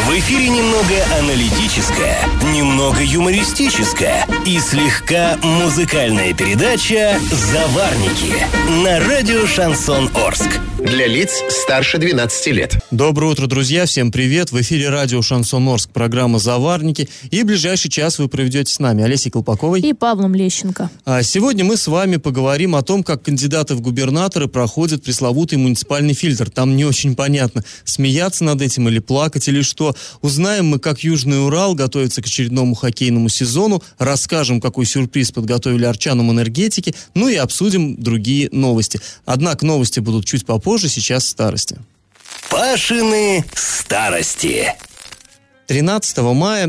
В эфире немного аналитическая, немного юмористическая и слегка музыкальная передача «Заварники» на радио «Шансон Орск». Для лиц старше 12 лет. Доброе утро, друзья, всем привет. В эфире радио «Шансон Орск», программа «Заварники». И в ближайший час вы проведете с нами Олесей Колпаковой и Павлом Лещенко. А сегодня мы с вами поговорим о том, как кандидаты в губернаторы проходят пресловутый муниципальный фильтр. Там не очень понятно, смеяться над этим или плакать, или что. Узнаем мы, как Южный Урал готовится к очередному хоккейному сезону, расскажем, какой сюрприз подготовили арчанам энергетики, ну и обсудим другие новости. Однако новости будут чуть попозже, сейчас старости. Пашины старости. 13 мая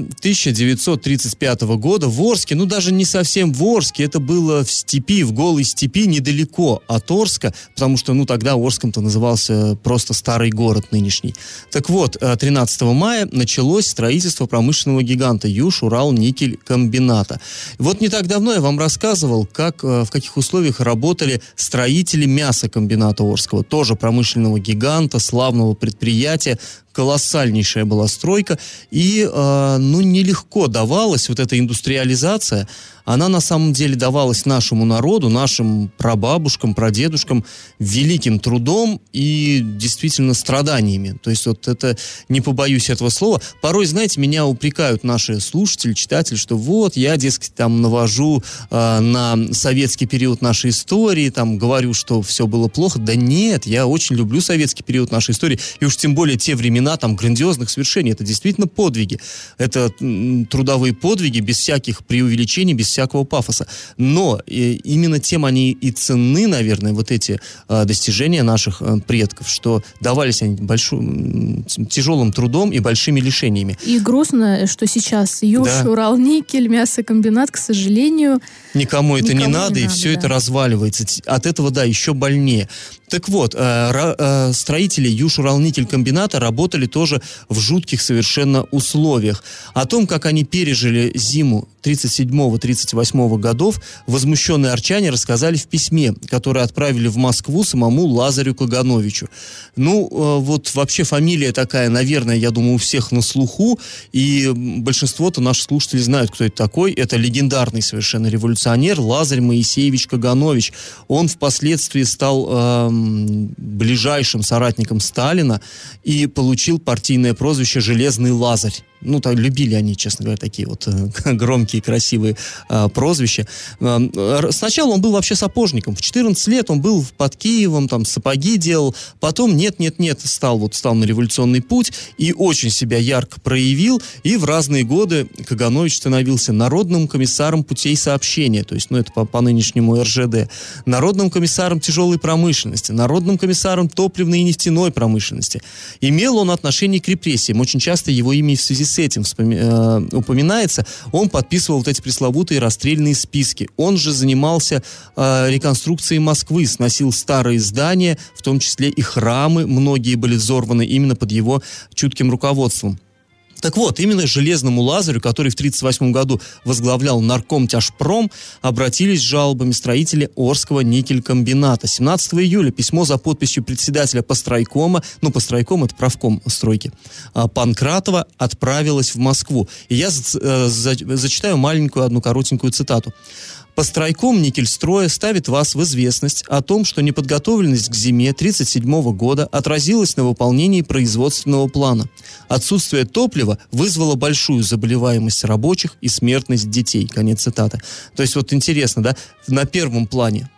1935 года в Орске, ну даже не совсем в Орске, это было в степи, в голой степи, недалеко от Орска, потому что, тогда Орском-то назывался просто старый город нынешний. Так вот, 13 мая началось строительство промышленного гиганта Юж-Урал-Никель-Комбината. Вот не так давно я вам рассказывал, в каких условиях работали строители мясокомбината Орского, тоже промышленного гиганта, славного предприятия. Колоссальнейшая была стройка, и, нелегко давалась вот эта индустриализация. Она на самом деле давалась нашему народу, нашим прабабушкам, прадедушкам великим трудом и действительно страданиями. То есть вот это, не побоюсь этого слова, порой, знаете, меня упрекают наши слушатели, читатели, что вот я, дескать, там навожу на советский период нашей истории, там говорю, что все было плохо. Да нет, я очень люблю советский период нашей истории, и уж тем более те времена там грандиозных свершений. Это действительно подвиги. Это трудовые подвиги без всяких преувеличений, без всякого пафоса. Но именно тем они и ценны, наверное, вот эти достижения наших предков, что давались они тяжелым трудом и большими лишениями. И грустно, что сейчас Юж-Урал-Никель, мясокомбинат, к сожалению... Никому это не надо, и все это разваливается. От этого, еще больнее. Так вот, строители Юж-Урал-Никель-комбината работали тоже в жутких совершенно условиях. О том, как они пережили зиму 37-38 годов, возмущенные арчане рассказали в письме, которое отправили в Москву самому Лазарю Кагановичу. Вот вообще фамилия такая, наверное, я думаю, у всех на слуху, и большинство-то наших слушателей знают, кто это такой. Это легендарный совершенно революционер Лазарь Моисеевич Каганович. Он впоследствии стал ближайшим соратником Сталина и получил партийное прозвище «Железный Лазарь». Так любили они, честно говоря, такие вот громкие, красивые прозвища. Сначала он был вообще сапожником. В 14 лет он был под Киевом, там сапоги делал. Потом стал на революционный путь и очень себя ярко проявил. И в разные годы Каганович становился народным комиссаром путей сообщения. То есть, это по нынешнему РЖД. Народным комиссаром тяжелой промышленности. Народным комиссаром топливной и нефтяной промышленности. Имел он отношение к репрессиям. Очень часто его имя в связи с этим упоминается. Он подписывал вот эти пресловутые расстрельные списки. Он же занимался реконструкцией Москвы, сносил старые здания, в том числе и храмы, многие были взорваны именно под его чутким руководством. Так вот, именно Железному Лазарю, который в 1938 году возглавлял наркомтяжпром, обратились с жалобами строители Орского никель-комбината. 17 июля письмо за подписью председателя постройкома, постройком это правком стройки, Панкратова, отправилось в Москву. И я зачитаю маленькую одну коротенькую цитату. Постройком Никельстроя ставит вас в известность о том, что неподготовленность к зиме 1937 года отразилась на выполнении производственного плана. Отсутствие топлива вызвало большую заболеваемость рабочих и смертность детей. Конец цитаты. То есть интересно, на первом плане,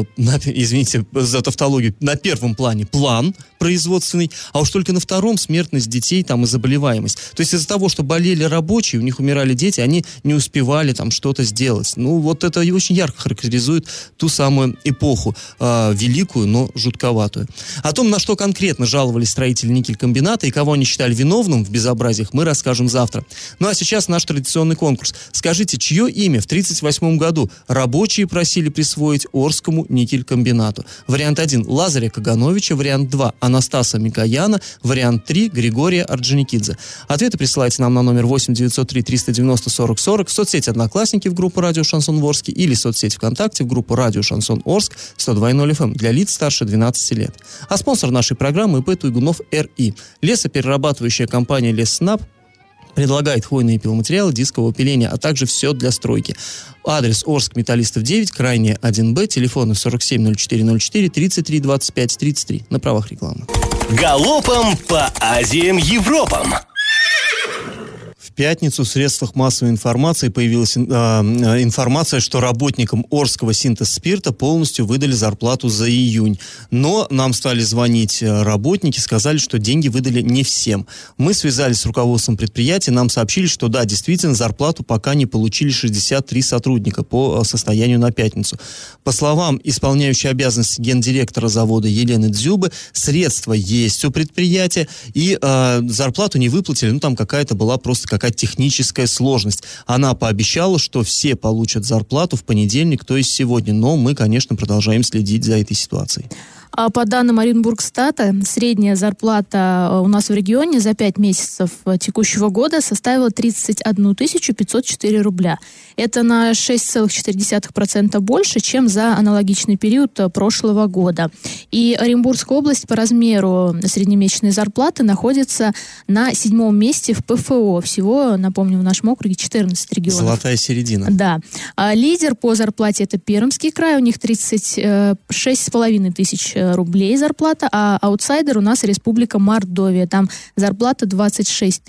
извините за тавтологию, на первом плане план производственный, а уж только на втором смертность детей и заболеваемость. То есть из-за того, что болели рабочие, у них умирали дети, они не успевали что-то сделать. Это очень ярко характеризует ту самую эпоху, великую, но жутковатую. О том, на что конкретно жаловались строители никель-комбината и кого они считали виновным в безобразиях, мы расскажем завтра. А сейчас наш традиционный конкурс. Скажите, чье имя в 1938 году рабочие просили присвоить Орску Орскому никелькомбинату. Вариант 1 – Лазаря Кагановича, вариант 2 – Анастаса Микояна, вариант 3 – Григория Орджоникидзе. Ответы присылайте нам на номер 8 903 390 40 40 в соцсети «Одноклассники» в группу «Радио Шансон Орск» или соцсети ВКонтакте в группу «Радио Шансон Орск» 102.0 FM для лиц старше 12 лет. А спонсор нашей программы ИП Туйгунов РИ. Лесоперерабатывающая компания «Лесснаб» предлагает хвойные пиломатериалы дискового пиления, а также все для стройки. Адрес Орск, Металлистов 9, крайне 1Б, телефоны 47 04 04 33 25 33. На правах рекламы. Галопом по Азиям, Европам. В пятницу в средствах массовой информации появилась информация, что работникам Орского синтез-спирта полностью выдали зарплату за июнь. Но нам стали звонить работники, сказали, что деньги выдали не всем. Мы связались с руководством предприятия, нам сообщили, что да, действительно, зарплату пока не получили 63 сотрудника по состоянию на пятницу. По словам исполняющей обязанности гендиректора завода Елены Дзюбы, средства есть у предприятия, и зарплату не выплатили, там какая-то была просто какая-то техническая сложность. Она пообещала, что все получат зарплату в понедельник, то есть сегодня. Но мы, конечно, продолжаем следить за этой ситуацией. А по данным Оренбургстата, средняя зарплата у нас в регионе за 5 месяцев текущего года составила 31 504 рубля. Это на 6,4% больше, чем за аналогичный период прошлого года. И Оренбургская область по размеру среднемесячной зарплаты находится на 7-м месте в ПФО. Всего, напомню, в нашем округе 14 регионов. Золотая середина. Да. А лидер по зарплате — это Пермский край, у них 36,5 тысяч рублей зарплата, а аутсайдер у нас Республика Мордовия. Там зарплата 26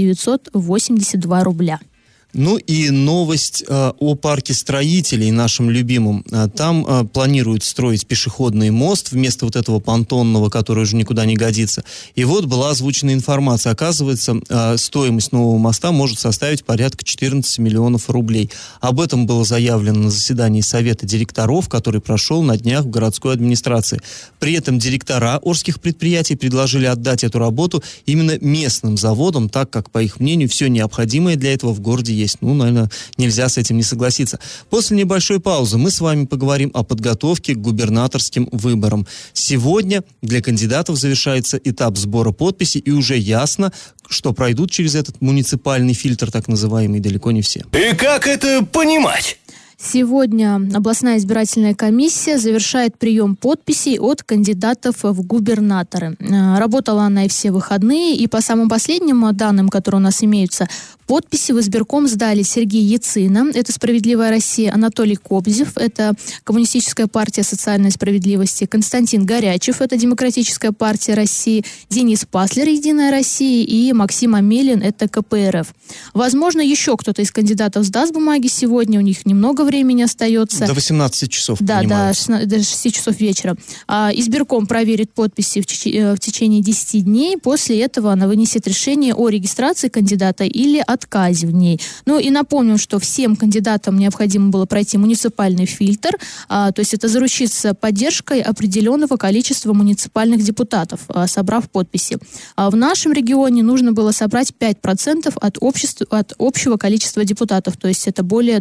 982 рубля. Ну и новость о парке строителей, нашем любимом. Там планируют строить пешеходный мост вместо вот этого понтонного, который уже никуда не годится. И вот была озвучена информация. Оказывается, стоимость нового моста может составить порядка 14 миллионов рублей. Об этом было заявлено на заседании Совета директоров, который прошел на днях в городской администрации. При этом директора орских предприятий предложили отдать эту работу именно местным заводам, так как, по их мнению, все необходимое для этого в городе есть. Ну, наверное, нельзя с этим не согласиться. После небольшой паузы мы с вами поговорим о подготовке к губернаторским выборам. Сегодня для кандидатов завершается этап сбора подписей, и уже ясно, что пройдут через этот муниципальный фильтр, так называемый, далеко не все. И как это понимать? Сегодня областная избирательная комиссия завершает прием подписей от кандидатов в губернаторы. Работала она и все выходные, и по самым последним данным, которые у нас имеются, подписи в избирком сдали Сергей Яцина, это «Справедливая Россия», Анатолий Кобзев, это Коммунистическая партия социальной справедливости, Константин Горячев, это Демократическая партия России, Денис Паслер, Единая Россия, и Максим Амелин, это КПРФ. Возможно, еще кто-то из кандидатов сдаст бумаги сегодня, у них немного времени остается. До 18 часов Да, до 6 часов вечера. Избирком проверит подписи в течение 10 дней. После этого она вынесет решение о регистрации кандидата или отказе в ней. Ну и напомним, что всем кандидатам необходимо было пройти муниципальный фильтр, то есть это заручиться поддержкой определенного количества муниципальных депутатов, собрав подписи. В нашем регионе нужно было собрать 5% от общего количества депутатов, то есть это более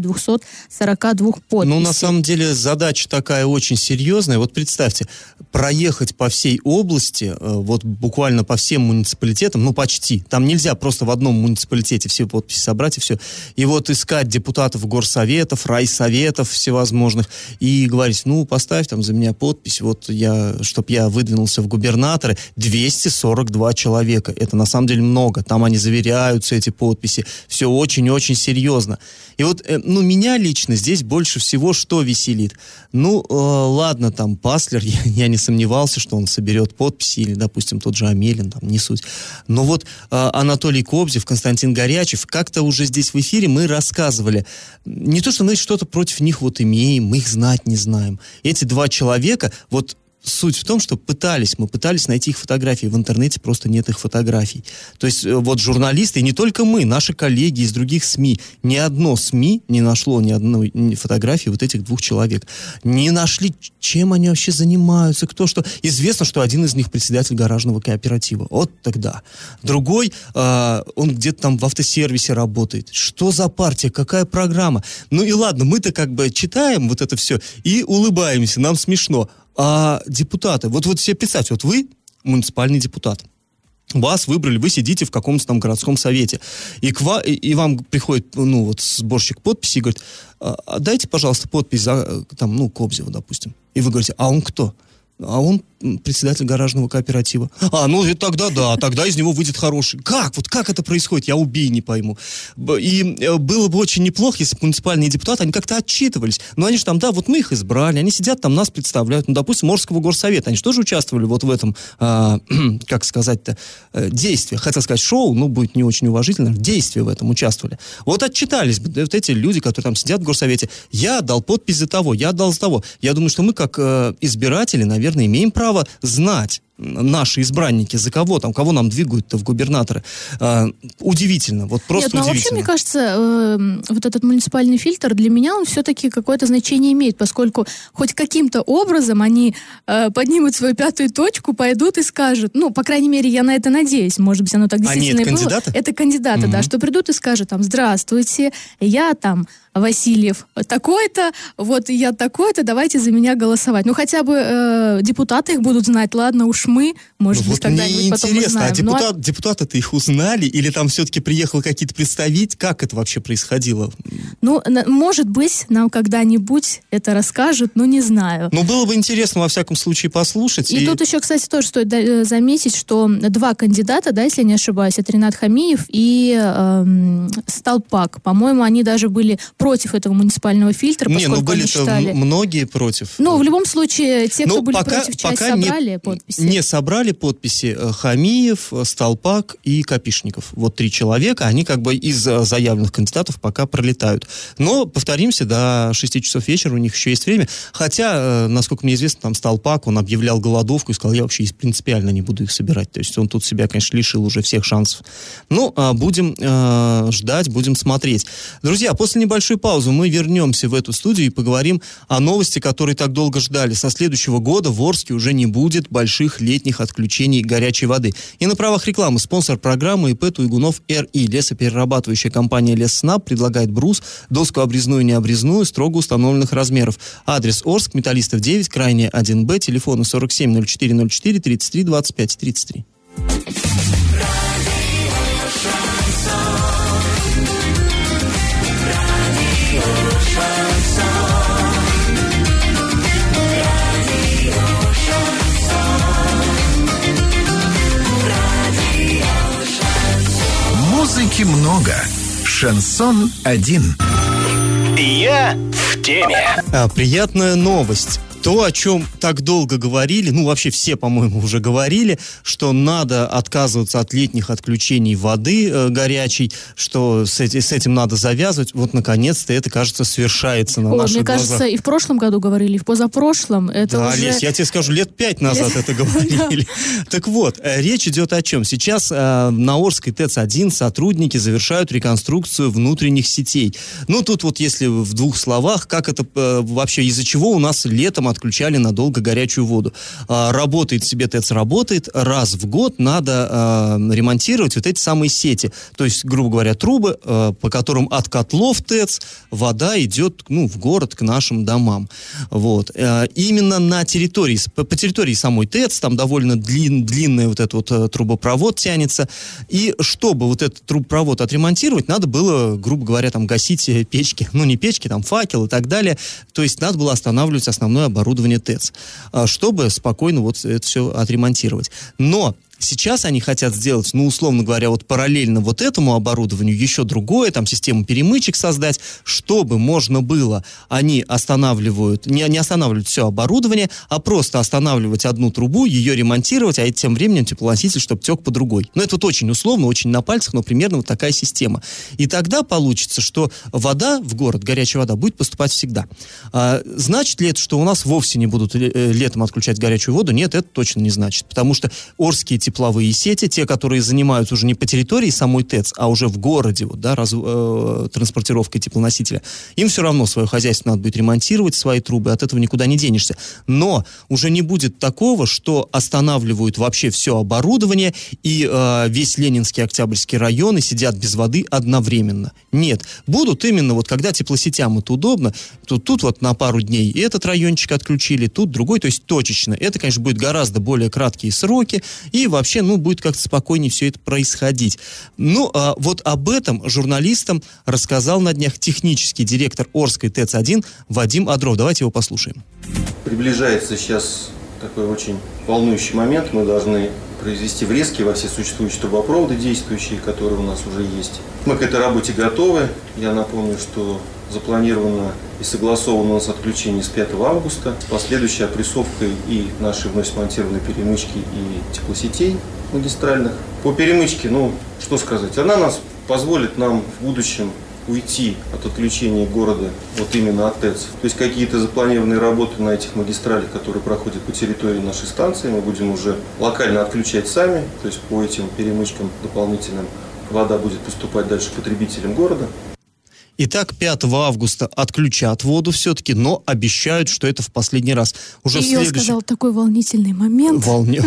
242 подписей. Ну, на самом деле, задача такая очень серьезная. Вот представьте, проехать по всей области, вот буквально по всем муниципалитетам, ну, почти. Там нельзя просто в одном муниципалитете все подписи собрать и все. И вот искать депутатов горсоветов, райсоветов всевозможных и говорить, ну, поставь там за меня подпись, вот чтоб я выдвинулся в губернаторы. 242 человека. Это на самом деле много. Там они заверяются, эти подписи. Все очень-очень серьезно. И вот, ну, меня лично здесь больше всего что веселит? Ну, ладно, там, Паслер, я не сомневался, что он соберет подписи, или, допустим, тот же Амелин, там, не суть. Но вот Анатолий Кобзев, Константин Горячев, как-то уже здесь в эфире мы рассказывали. Не то, что мы что-то против них вот имеем, мы их знать не знаем. Эти два человека, вот суть в том, что мы пытались найти их фотографии. В интернете просто нет их фотографий. То есть вот журналисты, и не только мы, наши коллеги из других СМИ, ни одно СМИ не нашло ни одной фотографии вот этих двух человек. Не нашли, чем они вообще занимаются, кто что. Известно, что один из них председатель гаражного кооператива. Вот тогда. Другой, он где-то там в автосервисе работает. Что за партия, какая программа? Ну и ладно, мы-то как бы читаем вот это все и улыбаемся, нам смешно. А депутаты, вот себе представьте, вот вы муниципальный депутат, вас выбрали, вы сидите в каком-то там городском совете, и вам приходит, сборщик подписей и говорит, дайте, пожалуйста, подпись за, Кобзева, допустим. И вы говорите, а он кто? А он председатель гаражного кооператива. Тогда из него выйдет хороший. Как это происходит? Я не пойму. И было бы очень неплохо, если бы муниципальные депутаты, они как-то отчитывались. Но они же там, мы их избрали, они сидят там, нас представляют. Допустим, Орского горсовета, они же тоже участвовали вот в этом, действии. Хотел сказать шоу, будет не очень уважительно. Действия в этом участвовали. Вот отчитались бы вот эти люди, которые там сидят в горсовете. Я дал подпись за того, я дал за того. Я думаю, что мы, как избиратели, наверное, имеем право знать, наши избранники, за кого нам двигают-то в губернаторы. Удивительно, просто удивительно. Вообще, мне кажется, вот этот муниципальный фильтр, для меня он все-таки какое-то значение имеет, поскольку хоть каким-то образом они поднимут свою пятую точку, пойдут и скажут, по крайней мере, я на это надеюсь, может быть, оно так действительно и было. Кандидаты? Это кандидаты, да, что придут и скажут, здравствуйте, я Васильев такой-то, я такой-то, давайте за меня голосовать. Хотя бы депутаты их будут знать, ладно, уж мы, может быть, когда-нибудь потом узнаем. Мне интересно, депутаты-то их узнали, или там все-таки приехал какие-то представители? Как это вообще происходило? Может быть, нам когда-нибудь это расскажут, не знаю. Было бы интересно, во всяком случае, послушать. И тут еще, кстати, тоже стоит заметить, что два кандидата, если я не ошибаюсь, это Ринат Хамиев и Столпак. По-моему, они даже были против этого муниципального фильтра, поскольку они считали... многие против. В любом случае, те, кто были против, часть собрали подписи. Не собрали подписи Хамиев, Столпак и Капишников. Вот 3 человека, они из заявленных кандидатов пока пролетают. Но, повторимся, до 6 часов вечера у них еще есть время. Хотя, насколько мне известно, Столпак, он объявлял голодовку и сказал, я вообще принципиально не буду их собирать. То есть он тут себя, конечно, лишил уже всех шансов. Будем ждать, будем смотреть. Друзья, после небольшой паузы мы вернемся в эту студию и поговорим о новости, которые так долго ждали. Со следующего года в Орске уже не будет больших летних отключений горячей воды. И на правах рекламы спонсор программы ИП Туйгунов РИ. Лесоперерабатывающая компания Лесснаб предлагает брус, доску обрезную и необрезную строго установленных размеров. Адрес Орск, Металлистов 9, крайне 1Б, телефоны 47 04 04 33 25 33. Музыки много. Шансон один. Я в теме. Приятная новость. То, о чем так долго говорили, вообще все, по-моему, уже говорили, что надо отказываться от летних отключений воды горячей, что с этим надо завязывать. Вот, наконец-то, это, кажется, свершается на наших глазах. Мне кажется, и в прошлом году говорили, и в позапрошлом. Это уже... Лес, я тебе скажу, лет 5 назад это говорили. Так вот, речь идет о чем? Сейчас на Орской ТЭЦ-1 сотрудники завершают реконструкцию внутренних сетей. Тут если в 2 словах, как это вообще, из-за чего у нас летом отключали надолго горячую воду. Работает себе ТЭЦ, раз в год надо ремонтировать вот эти самые сети. То есть, грубо говоря, трубы, по которым от котлов ТЭЦ вода идет в город к нашим домам. Именно на территории, по территории самой ТЭЦ, там довольно длинный вот этот трубопровод тянется. И чтобы вот этот трубопровод отремонтировать, надо было, грубо говоря, гасить печки. Не печки, факел и так далее. То есть надо было останавливать основное оборудование ТЭЦ, чтобы спокойно это все отремонтировать. Но Сейчас они хотят сделать, условно говоря, вот параллельно вот этому оборудованию еще другое, там систему перемычек создать, чтобы можно было, они останавливают, не останавливают все оборудование, а просто останавливать одну трубу, ее ремонтировать, а тем временем теплоноситель, чтобы тек по другой. Это вот очень условно, очень на пальцах, но примерно вот такая система. И тогда получится, что вода в город, горячая вода, будет поступать всегда. Значит ли это, что у нас вовсе не будут летом отключать горячую воду? Нет, это точно не значит. Потому что Орские тепловые сети, те, которые занимаются уже не по территории самой ТЭЦ, а уже в городе, транспортировкой теплоносителя, им все равно свое хозяйство надо будет ремонтировать, свои трубы, от этого никуда не денешься. Но уже не будет такого, что останавливают вообще все оборудование и весь Ленинский, Октябрьский районы сидят без воды одновременно. Нет. Будут именно вот когда теплосетям это удобно, тут вот на пару дней этот райончик отключили, тут другой, то есть точечно. Это, конечно, будет гораздо более краткие сроки, и вообще, будет как-то спокойнее все это происходить. Вот об этом журналистам рассказал на днях технический директор Орской ТЭЦ-1 Вадим Одров. Давайте его послушаем. Приближается сейчас такой очень волнующий момент. Мы должны произвести врезки во все существующие трубопроводы действующие, которые у нас уже есть. Мы к этой работе готовы. Я напомню, что запланировано и согласовано у нас отключение с 5 августа, с последующей опрессовкой и нашей вновь смонтированной перемычки и теплосетей магистральных. По перемычке, что сказать, она нас позволит нам в будущем уйти от отключения города вот именно от ТЭЦ. То есть какие-то запланированные работы на этих магистралях, которые проходят по территории нашей станции, мы будем уже локально отключать сами, то есть по этим перемычкам дополнительным вода будет поступать дальше потребителям города. Итак, 5 августа отключат воду все-таки, но обещают, что это в последний раз. Уже сказал, такой волнительный момент.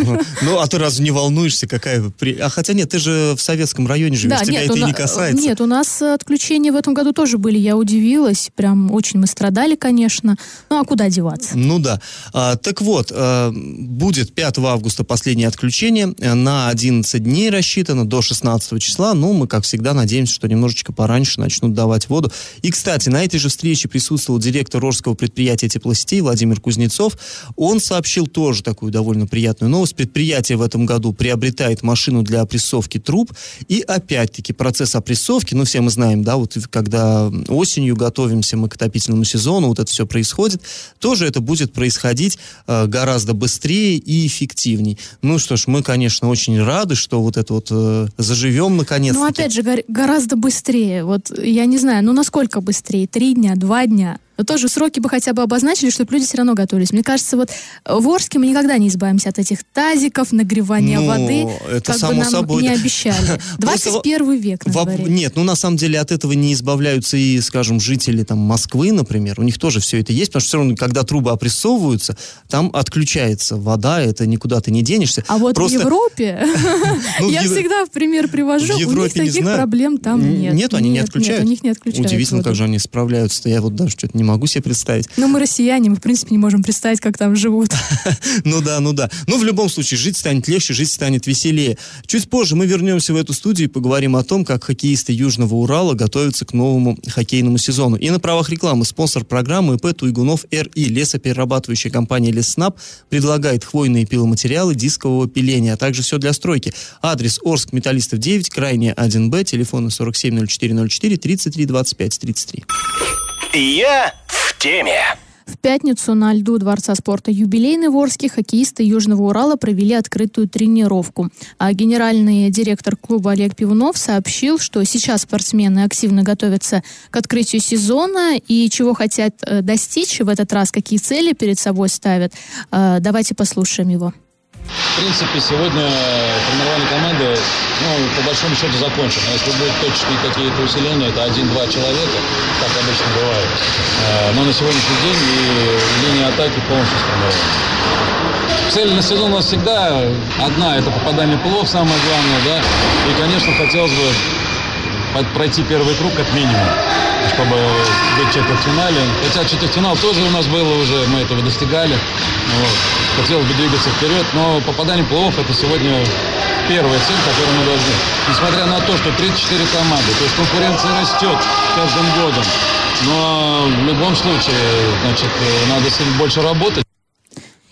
А ты разве не волнуешься? Хотя нет, ты же в советском районе живешь, тебя это и не касается. Нет, у нас отключения в этом году тоже были, я удивилась. Прям очень мы страдали, конечно. А куда деваться? Да. Так вот, будет 5 августа последнее отключение. На 11 дней рассчитано, до 16 числа. Мы, как всегда, надеемся, что немножечко пораньше начнут давать воду. И, кстати, на этой же встрече присутствовал директор Орского предприятия теплосетей Владимир Кузнецов. Он сообщил тоже такую довольно приятную новость. Предприятие в этом году приобретает машину для опрессовки труб. И опять-таки процесс опрессовки, все мы знаем, когда осенью готовимся мы к отопительному сезону, вот это все происходит, тоже это будет происходить гораздо быстрее и эффективнее. Что ж, мы, конечно, очень рады, что вот это заживем наконец-таки. Опять же, гораздо быстрее. Я не знаю, насколько быстрее? 3 дня, 2 дня? Но тоже сроки бы хотя бы обозначили, чтобы люди все равно готовились. Мне кажется, в Орске мы никогда не избавимся от этих тазиков, нагревания воды. Это как само бы нам собой. не обещали. 21 век на дворе. Нет, на самом деле от этого не избавляются и, скажем, жители Москвы, например. У них тоже все это есть, потому что все равно, когда трубы опрессовываются, там отключается вода, это никуда ты не денешься. А в Европе, я всегда в пример привожу, у них таких проблем там нет. Нет, они не отключают? Нет, у них не отключают. Удивительно, как же они справляются. Я даже что-то не могу себе представить. Мы россияне, мы в принципе не можем представить, как там живут. Да. В любом случае, жить станет легче, жить станет веселее. Чуть позже мы вернемся в эту студию и поговорим о том, как хоккеисты Южного Урала готовятся к новому хоккейному сезону. И на правах рекламы спонсор программы ИП Туйгунов РИ. Лесоперерабатывающая компания Лесснаб предлагает хвойные пиломатериалы дискового пиления, а также все для стройки. Адрес Орск, Металлистов 9, крайне 1Б, телефоны 470404 33 25 33. Я в теме. В пятницу на льду Дворца спорта «Юбилейный» в Орске хоккеисты Южного Урала провели открытую тренировку. А генеральный директор клуба Олег Пивунов сообщил, что сейчас спортсмены активно готовятся к открытию сезона и чего хотят достичь в этот раз, какие цели перед собой ставят. Давайте послушаем его. В принципе, сегодня формирование команды, по большому счету, закончено. Если будут точные какие-то усиления, это 1-2 человека, как обычно бывает. Но на сегодняшний день и линия атаки полностью сформирована. Цель на сезон у нас всегда одна, это попадание в плей-офф, самое главное, да. И, конечно, хотелось бы пройти первый круг как минимум, чтобы быть в четвертьфинале. Хотя четвертьфинал тоже у нас было уже, мы этого достигали. Хотелось бы двигаться вперед, но попадание в плей-офф это сегодня первая цель, которую мы должны. Несмотря на то, что 34 команды, то есть конкуренция растет каждым годом. Но в любом случае, надо больше работать. И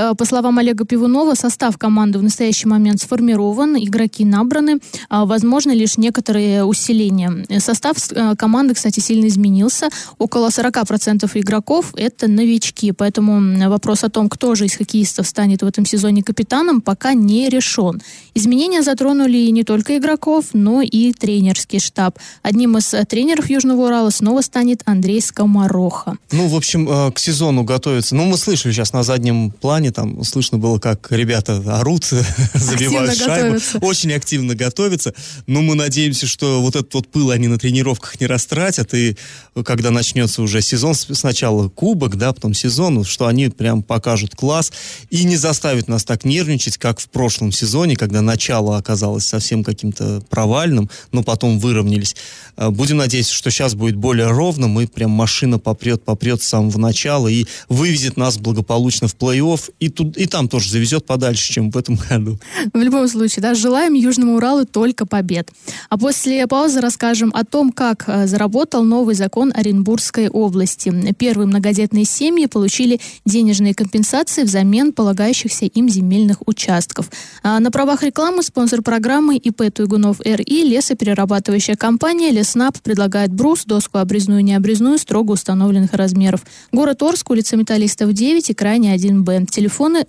по словам Олега Пивунова, состав команды в настоящий момент сформирован, игроки набраны, возможно лишь некоторые усиления. Состав команды, кстати, сильно изменился. Около 40% игроков – это новички, поэтому вопрос о том, кто же из хоккеистов станет в этом сезоне капитаном, пока не решен. Изменения затронули не только игроков, но и тренерский штаб. Одним из тренеров Южного Урала снова станет Андрей Скомороха. Ну, в общем, к сезону готовятся. Ну, мы слышали сейчас на заднем плане, там слышно было, как ребята орут, забивают шайбу. Очень активно готовятся. Но мы надеемся, что вот этот вот пыл они на тренировках не растратят, и когда начнется уже сезон, сначала кубок, да, потом сезон, что они прям покажут класс и не заставят нас так нервничать, как в прошлом сезоне, когда начало оказалось совсем каким-то провальным, но потом выровнялись. Будем надеяться, что сейчас будет более ровно, мы прям машина попрет с самого начала и вывезет нас благополучно в плей-офф, и там тоже завезет подальше, чем в этом году. В любом случае, да, желаем Южному Уралу только побед. А после паузы расскажем о том, как заработал новый закон Оренбургской области. Первые многодетные семьи получили денежные компенсации взамен полагающихся им земельных участков. На правах рекламы спонсор программы ИП Туйгунов РИ, лесоперерабатывающая компания «Леснаб» предлагает брус, доску обрезную и необрезную строго установленных размеров. Город Орск, улица Металлистов 9 и крайне 1Б. Телефоны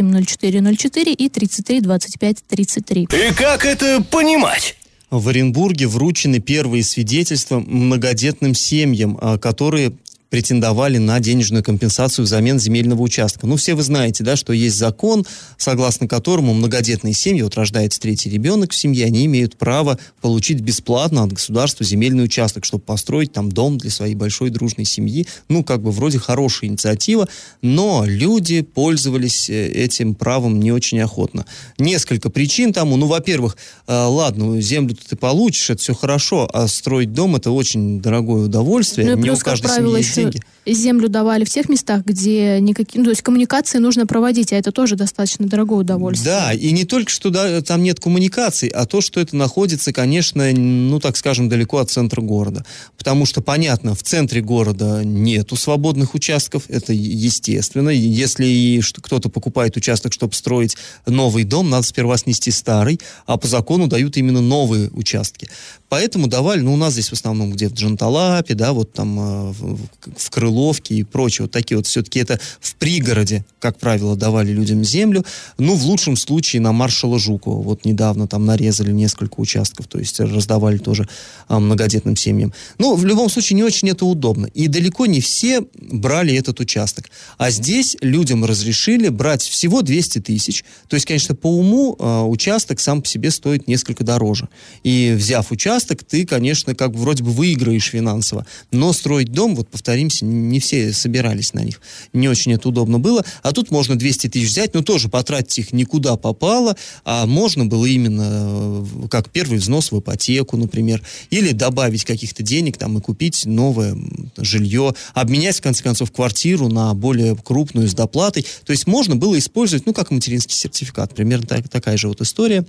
470404 и 332533. И как это понимать? В Оренбурге вручены первые свидетельства многодетным семьям, которые претендовали на денежную компенсацию взамен земельного участка. Ну, все вы знаете, да, что есть закон, согласно которому многодетные семьи, вот рождается третий ребенок в семье, они имеют право получить бесплатно от государства земельный участок, чтобы построить там дом для своей большой дружной семьи. Ну, как бы вроде хорошая инициатива, но люди пользовались этим правом не очень охотно. Несколько причин тому. Ну, во-первых, ладно, землю ты получишь, это все хорошо, а строить дом — это очень дорогое удовольствие. Ну, и плюс, как правило, еще землю давали в тех местах, где никакие, ну, то есть коммуникации нужно проводить, а это тоже достаточно дорогое удовольствие. Да, и не только, что там нет коммуникаций, а то, что это находится, конечно, ну, так скажем, далеко от центра города. Потому что, понятно, в центре города нету свободных участков, это естественно. Если кто-то покупает участок, чтобы строить новый дом, надо сперва снести старый, а по закону дают именно новые участки. Поэтому давали, ну, у нас здесь в основном где в Джанталапе, да, вот там в Крыловке и прочее, вот такие вот, все-таки это в пригороде, как правило, давали людям землю, ну, в лучшем случае на маршала Жукова, вот недавно там нарезали несколько участков, то есть раздавали тоже многодетным семьям. Ну, в любом случае, не очень это удобно, и далеко не все брали этот участок, а здесь людям разрешили брать всего 200 тысяч, то есть, конечно, по уму участок сам по себе стоит несколько дороже, и взяв участок, ты, конечно, как бы вроде бы выиграешь финансово, но строить дом, вот повторимся, не все собирались на них. Не очень это удобно было. А тут можно 200 тысяч взять, но тоже потратить их никуда попало, а можно было именно как первый взнос в ипотеку, например, или добавить каких-то денег там и купить новое жилье, обменять, в конце концов, квартиру на более крупную с доплатой. То есть можно было использовать, ну, как материнский сертификат. Примерно такая же вот история.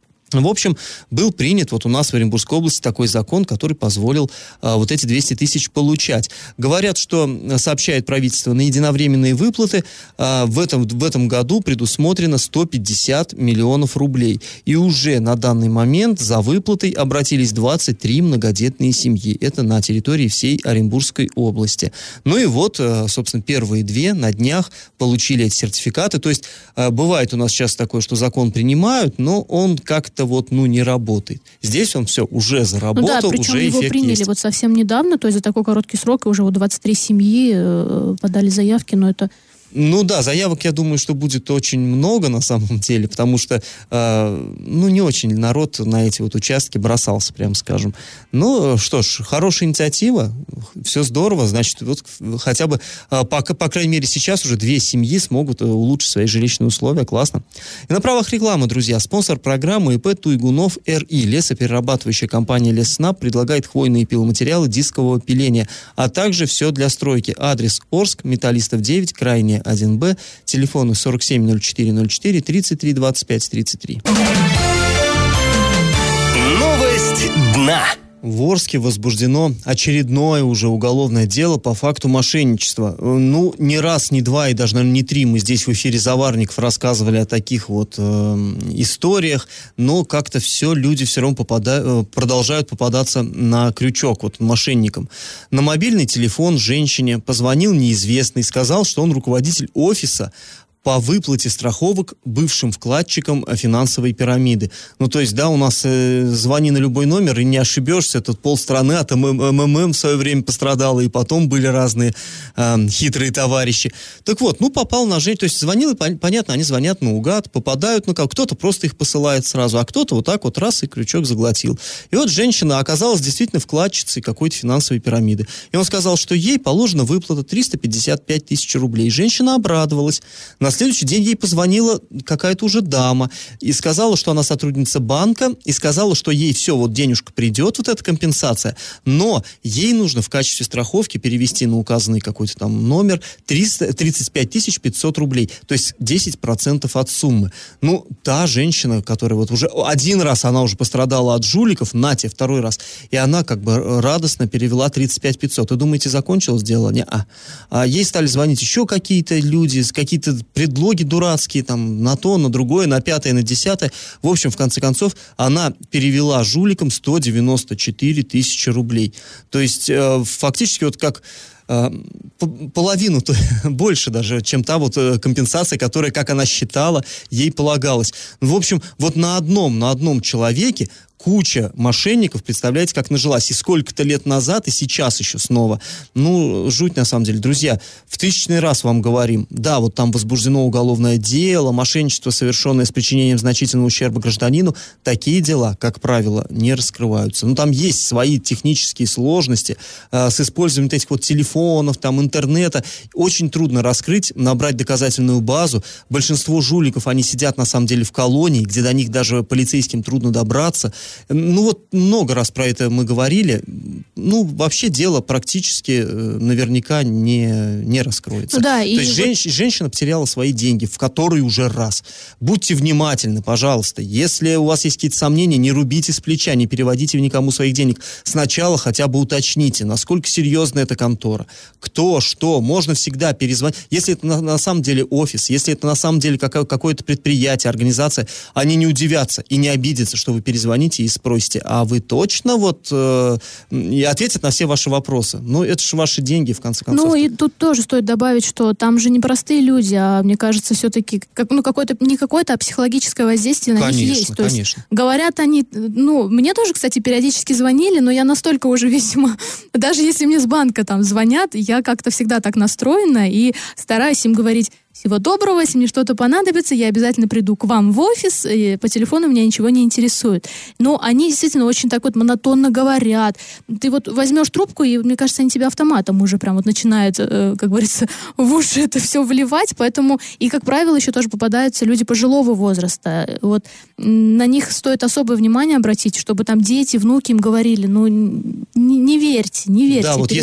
В общем, был принят вот у нас в Оренбургской области такой закон, который позволил вот эти 200 тысяч получать. Говорят, что, сообщает правительство, на единовременные выплаты в этом году предусмотрено 150 миллионов рублей. И уже на данный момент за выплатой обратились 23 многодетные семьи. Это на территории всей Оренбургской области. Ну и вот, собственно, первые две на днях получили эти сертификаты. То есть бывает у нас сейчас такое, что закон принимают, но он как-то вот, ну, не работает. Здесь он все уже заработал, ну да, причем уже его эффект приняли есть. Вот совсем недавно, то есть за такой короткий срок, и уже вот 23 семьи подали заявки, но это... Ну да, заявок, я думаю, что будет очень много на самом деле, потому что, ну, не очень народ на эти вот участки бросался, прям скажем. Ну, что ж, хорошая инициатива, все здорово, значит, вот хотя бы, по крайней мере, сейчас уже 2 семьи смогут улучшить свои жилищные условия, классно. И на правах рекламы, друзья, спонсор программы ИП Туйгунов РИ, лесоперерабатывающая компания «Леснаб» предлагает хвойные пиломатериалы дискового пиления, а также все для стройки. Адрес Орск, Металлистов 9, крайне 1Б, телефоны 470404 33 25 33. Новость дна. В Орске возбуждено очередное уже уголовное дело по факту мошенничества. Ну, не раз, не два и даже, наверное, не три мы здесь в эфире «Заварников» рассказывали о таких вот историях, но как-то люди все равно продолжают попадаться на крючок вот мошенникам. На мобильный телефон женщине позвонил неизвестный, сказал, что он руководитель офиса по выплате страховок бывшим вкладчикам финансовой пирамиды. Ну, то есть, да, у нас звони на любой номер, и не ошибешься, тут полстраны от МММ в свое время пострадало, и потом были разные хитрые товарищи. Так вот, попал на женщину, то есть звонил, и понятно, они звонят наугад, попадают, кто-то просто их посылает сразу, а кто-то вот так вот раз и крючок заглотил. И вот женщина оказалась действительно вкладчицей какой-то финансовой пирамиды. И он сказал, что ей положена выплата 355 тысяч рублей. Женщина обрадовалась. На следующий день ей позвонила какая-то уже дама и сказала, что она сотрудница банка, и сказала, что ей все, вот денежка придет, вот эта компенсация, но ей нужно в качестве страховки перевести на указанный какой-то там номер 35 500 рублей, то есть 10% от суммы. Ну, та женщина, которая вот уже один раз она уже пострадала от жуликов, нате, второй раз, и она как бы радостно перевела 35 500. Вы думаете, закончилось дело? Не-а. А ей стали звонить еще какие-то люди, какие-то предлоги дурацкие, там, на то, на другое, на пятое, на десятое. В общем, в конце концов, она перевела жуликам 194 тысячи рублей. То есть, фактически, вот как половину, больше даже, чем та вот компенсация, которая, как она считала, ей полагалась. В общем, вот на одном человеке куча мошенников, представляете, как нажилась. И сколько-то лет назад, и сейчас еще снова. Ну, жуть на самом деле. Друзья, в 1000-й раз вам говорим, да, вот там возбуждено уголовное дело, мошенничество, совершенное с причинением значительного ущерба гражданину. Такие дела, как правило, не раскрываются. Ну, там есть свои технические сложности с использованием этих вот телефонов, там, интернета. Очень трудно раскрыть, набрать доказательную базу. Большинство жуликов, они сидят, на самом деле, в колонии, где до них даже полицейским трудно добраться. Ну вот много раз про это мы говорили. Ну, вообще дело практически наверняка не раскроется. Да, то есть женщина потеряла свои деньги, в который уже раз. Будьте внимательны, пожалуйста. Если у вас есть какие-то сомнения, не рубите с плеча, не переводите никому своих денег. Сначала хотя бы уточните, насколько серьезна эта контора. Кто, что, можно всегда перезвонить. Если это на самом деле офис, если это на самом деле какое-то предприятие, организация, они не удивятся и не обидятся, что вы перезвоните и спросите, а вы точно вот и ответят на все ваши вопросы. Ну, это же ваши деньги, в конце концов. Ну, и тут тоже стоит добавить, что там же не простые люди, а, мне кажется, все-таки, не какое-то, а психологическое воздействие на них есть. То есть, говорят они, мне тоже, кстати, периодически звонили, но я настолько уже, видимо, даже если мне с банка там звонят, я как-то всегда так настроена и стараюсь им говорить: всего доброго, если мне что-то понадобится, я обязательно приду к вам в офис, и по телефону меня ничего не интересует. Но они действительно очень так вот монотонно говорят. Ты вот возьмешь трубку, и, мне кажется, они тебя автоматом уже прям вот начинают, как говорится, в уши это все вливать, поэтому, и, как правило, еще тоже попадаются люди пожилого возраста. Вот на них стоит особое внимание обратить, чтобы там дети, внуки им говорили, не верьте, да, вот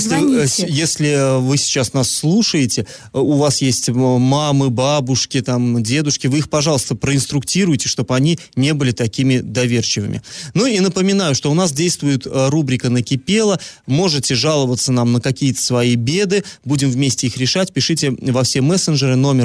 если вы сейчас нас слушаете, у вас есть мамы, бабушки, там, дедушки, вы их, пожалуйста, проинструктируйте, чтобы они не были такими доверчивыми. Ну и напоминаю, что у нас действует рубрика «Накипело». Можете жаловаться нам на какие-то свои беды, будем вместе их решать. Пишите во все мессенджеры, номер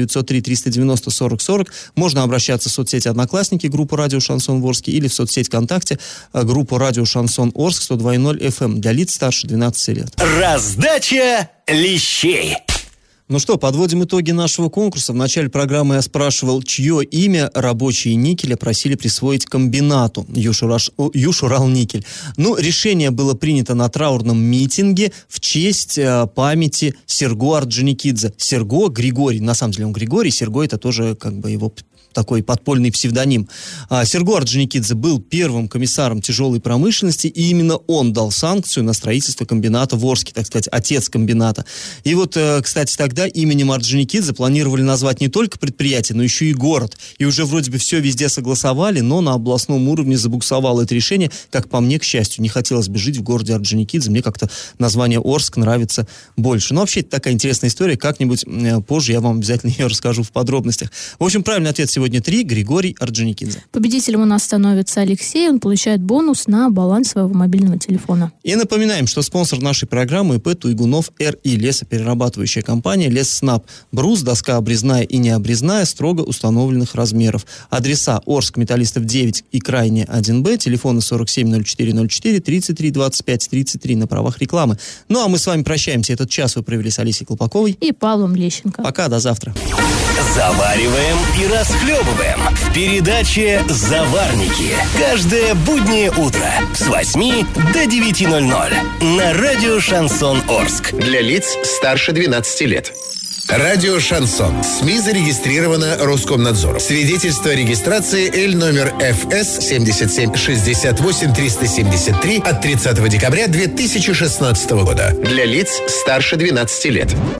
8-903-390-40-40. Можно обращаться в соцсети «Одноклассники», группу «Радио Шансон Ворске», или в соцсеть ВКонтакте, группу «Радио Шансон Орск» 102.0 FM для лиц старше 12 лет. Раздача лещей. Ну что, подводим итоги нашего конкурса. В начале программы я спрашивал, чье имя рабочие никеля просили присвоить комбинату Южуралникель. Ну, решение было принято на траурном митинге в честь памяти Серго Орджоникидзе. Серго Григорий, на самом деле он Григорий, Серго это тоже как бы его такой подпольный псевдоним. Серго Орджоникидзе был первым комиссаром тяжелой промышленности, и именно он дал санкцию на строительство комбината в Орске, так сказать, отец комбината. И вот, кстати, тогда именем Орджоникидзе планировали назвать не только предприятие, но еще и город. И уже вроде бы все везде согласовали, но на областном уровне забуксовало это решение, как по мне, к счастью. Не хотелось бы жить в городе Орджоникидзе, мне как-то название Орск нравится больше. Но вообще, это такая интересная история, как-нибудь позже я вам обязательно ее расскажу в подробностях. В общем, правильный ответ сегодня сегодня 3 – Григорий Орджоникидзе. Победителем у нас становится Алексей. Он получает бонус на баланс своего мобильного телефона. И напоминаем, что спонсор нашей программы ИП Туйгунов РИ, лесоперерабатывающая компания Лесснаб. Брус, доска обрезная и необрезная строго установленных размеров. Адреса: Орск, Металлистов 9 и Крайне 1Б, телефоны 470404, 33 25 33 на правах рекламы. Ну а мы с вами прощаемся. Этот час вы провели с Алисой Колпаковой И Павлом Лещенко. Пока, до завтра. Завариваем и расхлебываем в передаче «Заварники». Каждое буднее утро с 8 до 9:00 на радио «Шансон Орск». Для лиц старше 12 лет. Радио «Шансон». СМИ зарегистрировано Роскомнадзором. Свидетельство о регистрации Л номер ФС 77 68 373 от 30 декабря 2016 года. Для лиц старше 12 лет.